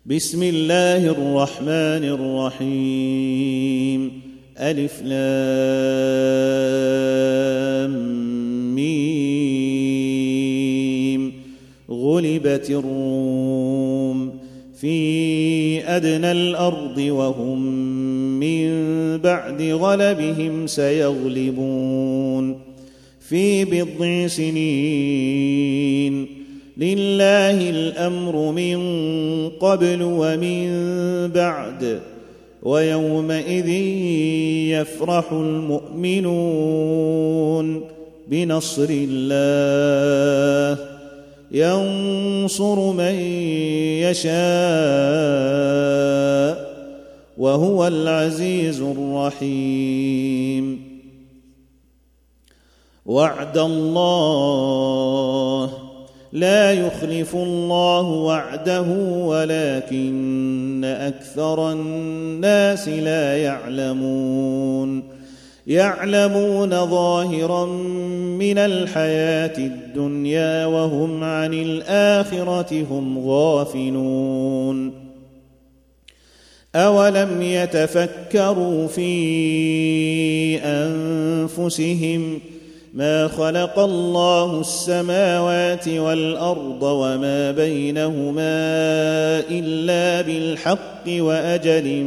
بسم الله الرحمن الرحيم. ألف لام ميم. غلبت الروم في أدنى الأرض وهم من بعد غلبهم سيغلبون في بضع سنين. لله الأمر من قبل ومن بعد ويومئذ يفرح المؤمنون بنصر الله ينصر من يشاء وهو العزيز الرحيم. وعد الله لا يخلف الله وعده ولكن أكثر الناس لا يعلمون ظاهرا من الحياة الدنيا وهم عن الآخرة هم غافلون. أولم يتفكروا في أنفسهم ما خلق الله السماوات والأرض وما بينهما إلا بالحق وأجل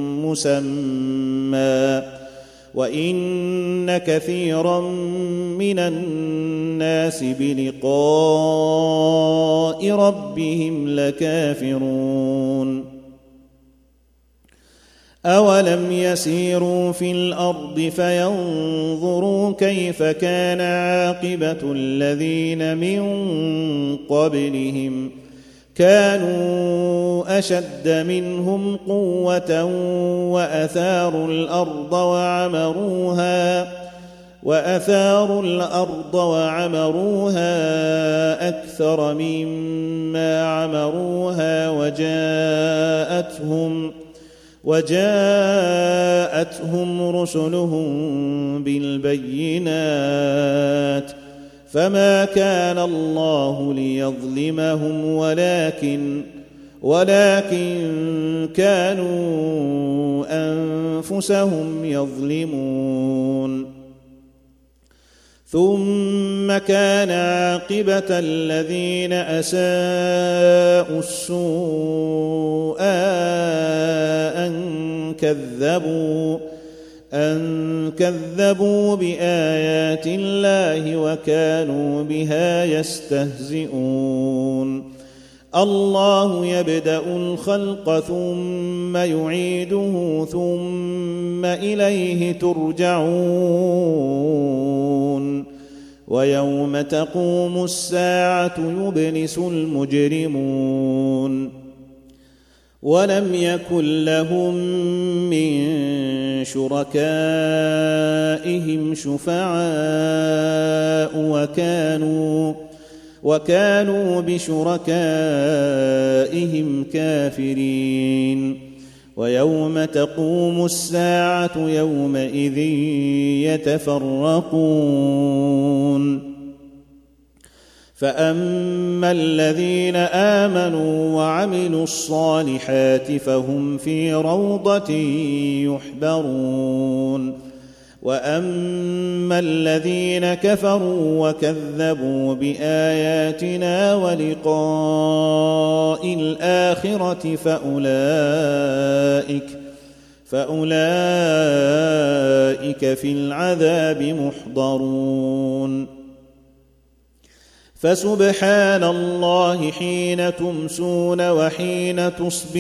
مسمى وإن كثيرا من الناس بلقاء ربهم لكافرون. أولم يسيروا في الأرض فينظروا كيف كان عاقبة الذين من قبلهم كانوا أشد منهم قوة وأثاروا الأرض وعمروها أكثر مما عمروها وجاءتهم رسلهم بالبينات فما كان الله ليظلمهم ولكن كانوا أنفسهم يظلمون. ثم كان عاقبة الذين أساءوا السوء أن كذبوا بآيات الله وكانوا بها يستهزئون. الله يبدأ الخلق ثم يعيده ثم إليه ترجعون. ويوم تقوم الساعة يبلس المجرمون. ولم يكن لهم من شركائهم شفعاء وكانوا بشركائهم كافرين. ويوم تقوم الساعة يومئذ يتفرقون. فأما الذين آمنوا وعملوا الصالحات فهم في روضة يحبرون. وأما الذين كفروا وكذبوا بآياتنا ولقاء الآخرة فأولئك في العذاب محضرون. فسبحان الله حين تمسون وحين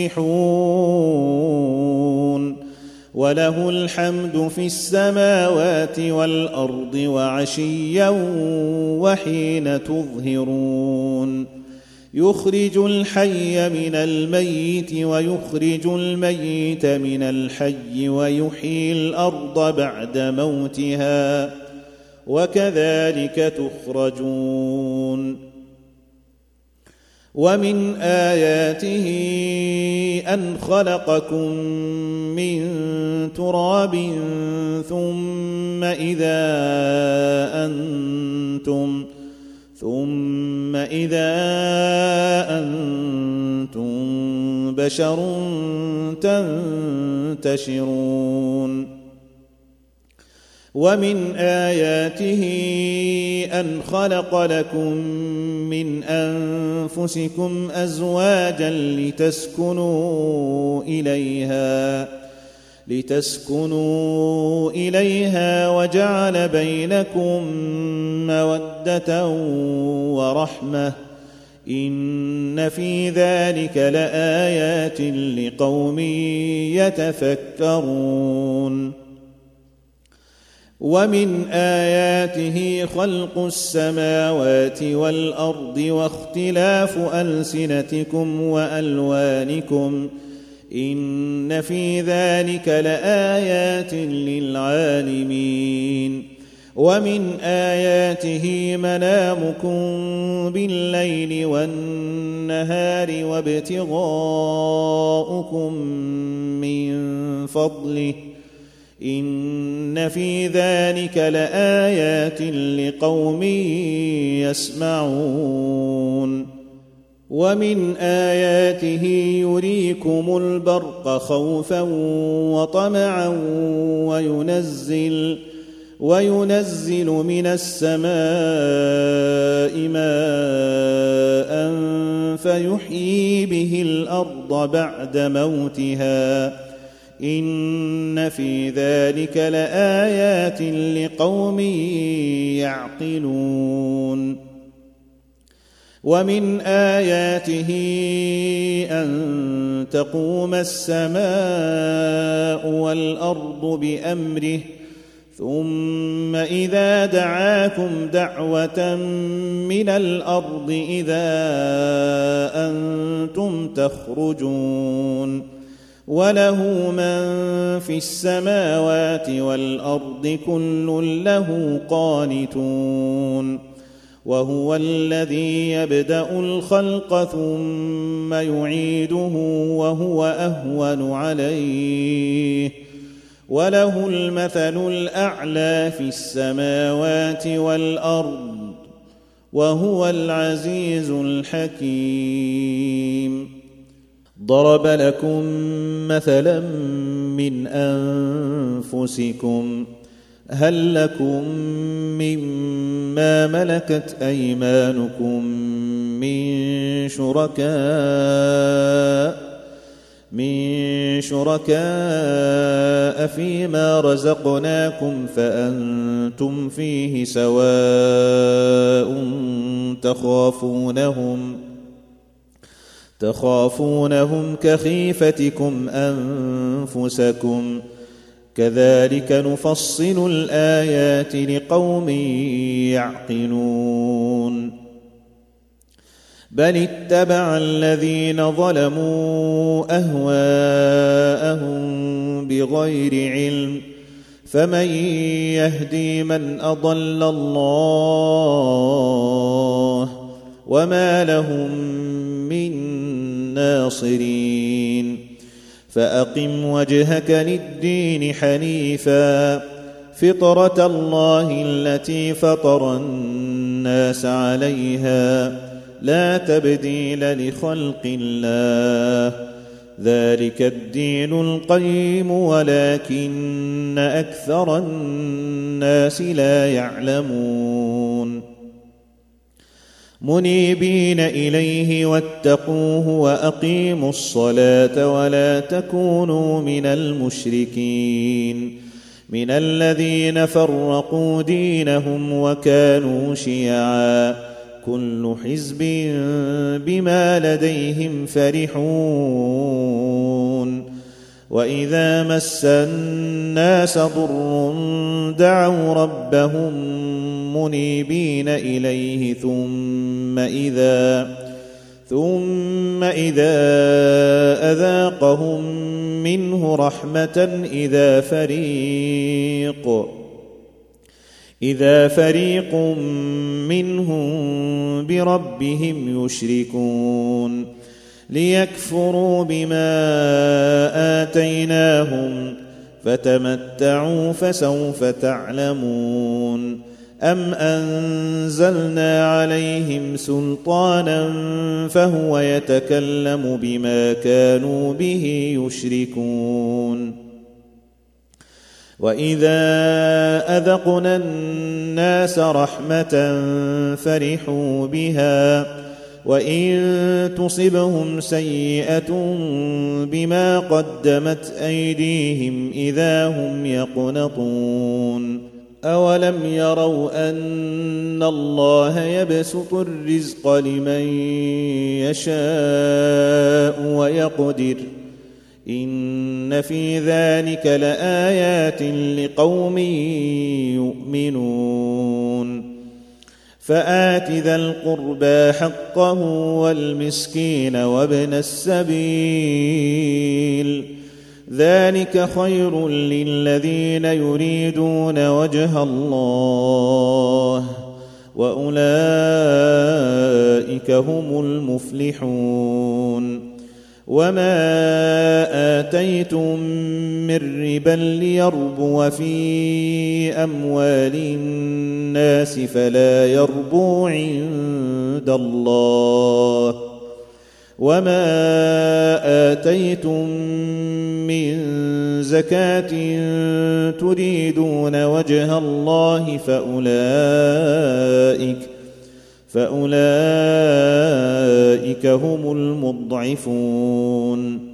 تصبحون وله الحمد في السماوات والأرض وعشيا وحين تظهرون. يخرج الحي من الميت ويخرج الميت من الحي ويحيي الأرض بعد موتها وكذلك تخرجون. ومن آياته أن خلقكم من تراب ثم إذا أنتم أنتم بشر تنتشرون ومن آياته أن خلق لكم من أنفسكم أزواجا لتسكنوا إليها وجعل بينكم مودة ورحمة إن في ذلك لآيات لقوم يتفكرون ومن آياته خلق السماوات والأرض واختلاف ألسنتكم وألوانكم إن في ذلك لآيات للعالمين ومن آياته منامكم بالليل والنهار وابتغاؤكم من فضله إن في ذلك لآيات لقوم يسمعون ومن آياته يريكم البرق خوفا وطمعا وينزل من السماء ماء فيحيي به الأرض بعد موتها إن في ذلك لآيات لقوم يعقلون ومن آياته أن تقوم السماء والأرض بأمره ثم إذا دعاكم دعوة من الأرض إذا أنتم تخرجون وله من في السماوات والأرض كل له قانتون وهو الذي يبدأ الخلق ثم يعيده وهو أهون عليه وله المثل الأعلى في السماوات والأرض وهو العزيز الحكيم ضرب لكم مثلا من أنفسكم هل لكم مما ملكت أيمانكم من شركاء فيما رزقناكم فأنتم فيه سواء تخافونهم كخيفتكم أنفسكم كذلك نفصل الآيات لقوم يعقلون بل اتبع الذين ظلموا أهواءهم بغير علم فمن يهدي من أضل الله وما لهم من ناصرين فأقم وجهك للدين حنيفا فطرة الله التي فطر الناس عليها لا تبديل لخلق الله ذلك الدين القيم ولكن أكثر الناس لا يعلمون منيبين إليه واتقوه وأقيموا الصلاة ولا تكونوا من المشركين من الذين فرقوا دينهم وكانوا شيعا كل حزب بما لديهم فرحون وإذا مس الناس ضر دعوا ربهم منيبين إليه ثم إذا أذاقهم منه رحمة إذا فريق منهم بربهم يشركون ليكفروا بما آتيناهم فتمتعوا فسوف تعلمون أم أنزلنا عليهم سلطانا فهو يتكلم بما كانوا به يشركون وإذا أذقنا الناس رحمة فرحوا بها وإن تصبهم سيئة بما قدمت أيديهم إذا هم يقنطون أولم يروا أن الله يبسط الرزق لمن يشاء ويقدر إن في ذلك لآيات لقوم يؤمنون فآت ذا القربى حقه والمسكين وابن السبيل ذلك خير للذين يريدون وجه الله وأولئك هم المفلحون وما آتيتم من ربا ليربو في أموال الناس فلا يربو عند الله وما آتيتم من زكاة تريدون وجه الله فأولئك هم المضعفون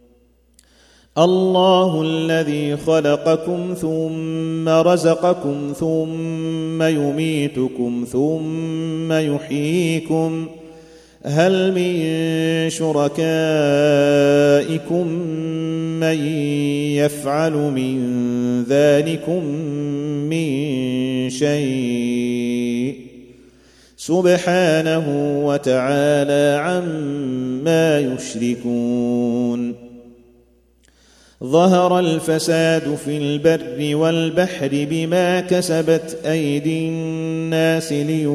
الله الذي خلقكم ثم رزقكم ثم يميتكم ثم يحييكم هل من شركائكم من يفعل من ذلكم من شيء سبحانه وتعالى عما يشركون ظهر الفساد في البر والبحر بما كسبت أيدي الناس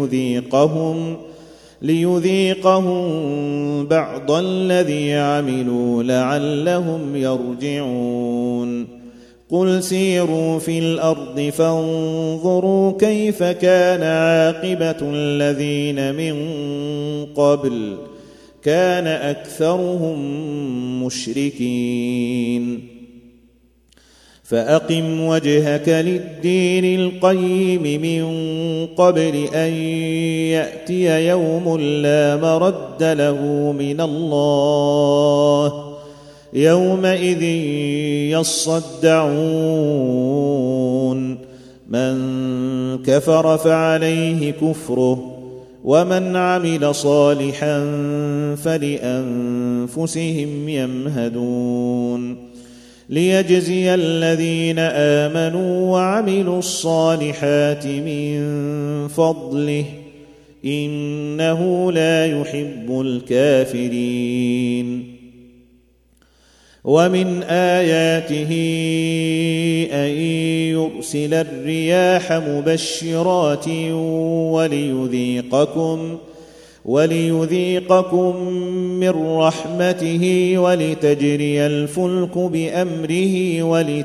ليذيقهم بعض الذي عملوا لعلهم يرجعون قل سيروا في الأرض فانظروا كيف كان عاقبة الذين من قبل كان أكثرهم مشركين فأقم وجهك للدين القيم من قبل أن يأتي يوم لا مرد له من الله يومئذ يصدعون من كفر فعليه كفره ومن عمل صالحا فلأنفسهم يمهدون ليجزي الذين آمنوا وعملوا الصالحات من فضله إنه لا يحب الكافرين ومن آياته أن يرسل الرياح مبشرات وليذيقكم من رحمته ولتجري الفلك بأمره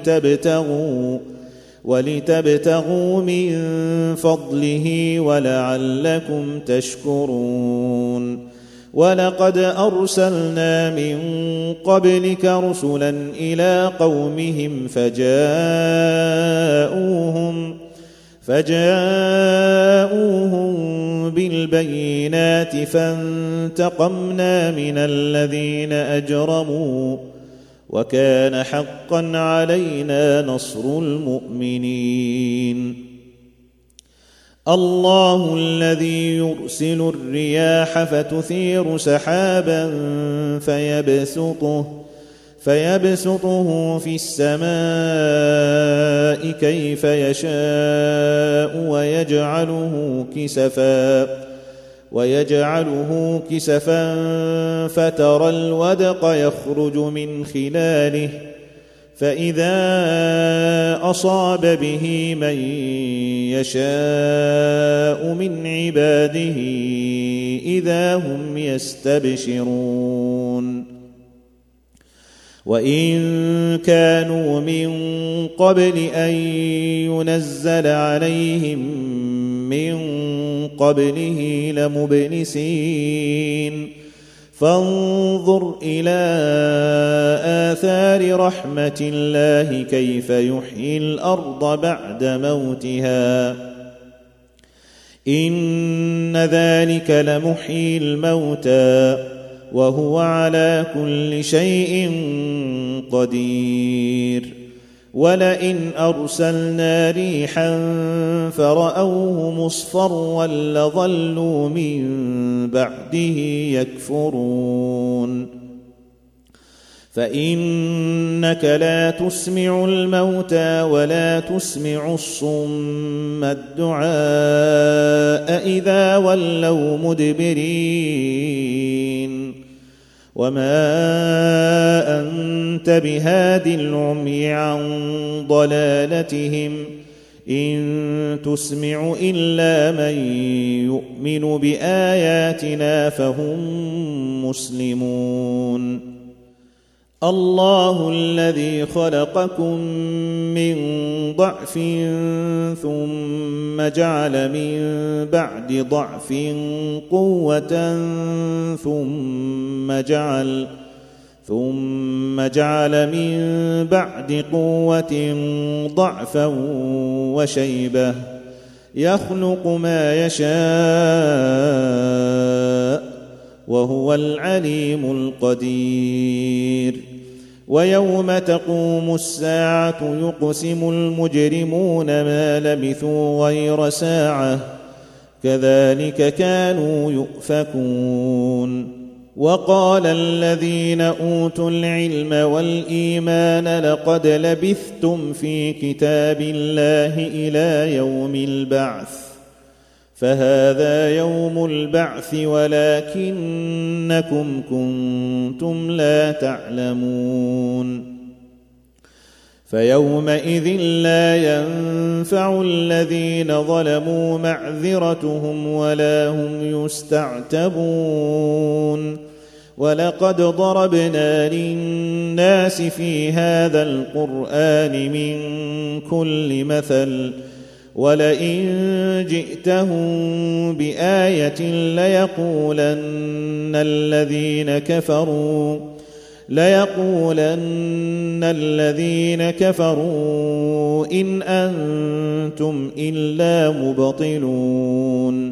ولتبتغوا من فضله ولعلكم تشكرون ولقد أرسلنا من قبلك رسلا إلى قومهم فجاءوهم بالبينات فانتقمنا من الذين أجرموا وكان حقا علينا نصر المؤمنين الله الذي يرسل الرياح فتثير سحابا فيبسطه في السماء كيف يشاء ويجعله كسفا فترى الودق يخرج من خلاله فإذا أصاب به من يشاء من عباده إذا هم يستبشرون وإن كانوا من قبل أن ينزل عليهم من قبله لمبلسين فانظر إلى آثار رحمة الله كيف يحيي الأرض بعد موتها إن ذلك لمحيي الموتى وهو على كل شيء قدير ولئن أرسلنا ريحا فرأوه مصفرا لظلوا من بعده يكفرون فإنك لا تسمع الموتى ولا تسمع الصم الدعاء إذا ولوا مدبرين وما أنت بهاد العمي عن ضلالتهم إن تسمع إلا من يؤمن بآياتنا فهم مسلمون الله الذي خلقكم من ضعف ثم جعل من بعد ضعف قوة ثم جعل من بعد قوة ضعفا وشيبة يخلق ما يشاء وهو العليم القدير ويوم تقوم الساعة يقسم المجرمون ما لبثوا غير ساعة كذلك كانوا يؤفكون وقال الذين أوتوا العلم والإيمان لقد لبثتم في كتاب الله إلى يوم البعث فهذا يوم البعث ولكنكم كنتم لا تعلمون فيومئذ لا ينفع الذين ظلموا معذرتهم ولا هم يستعتبون ولقد ضربنا للناس في هذا القرآن من كل مثل ولئن جئتهم بآية ليقولن الذين كفروا إن أنتم إلا مبطلون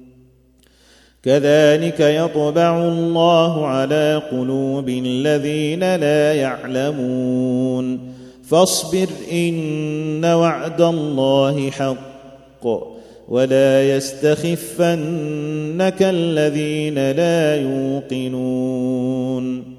كذلك يطبع الله على قلوب الذين لا يعلمون فاصبر إن وعد الله حق ولا يستخفنك الذين لا يوقنون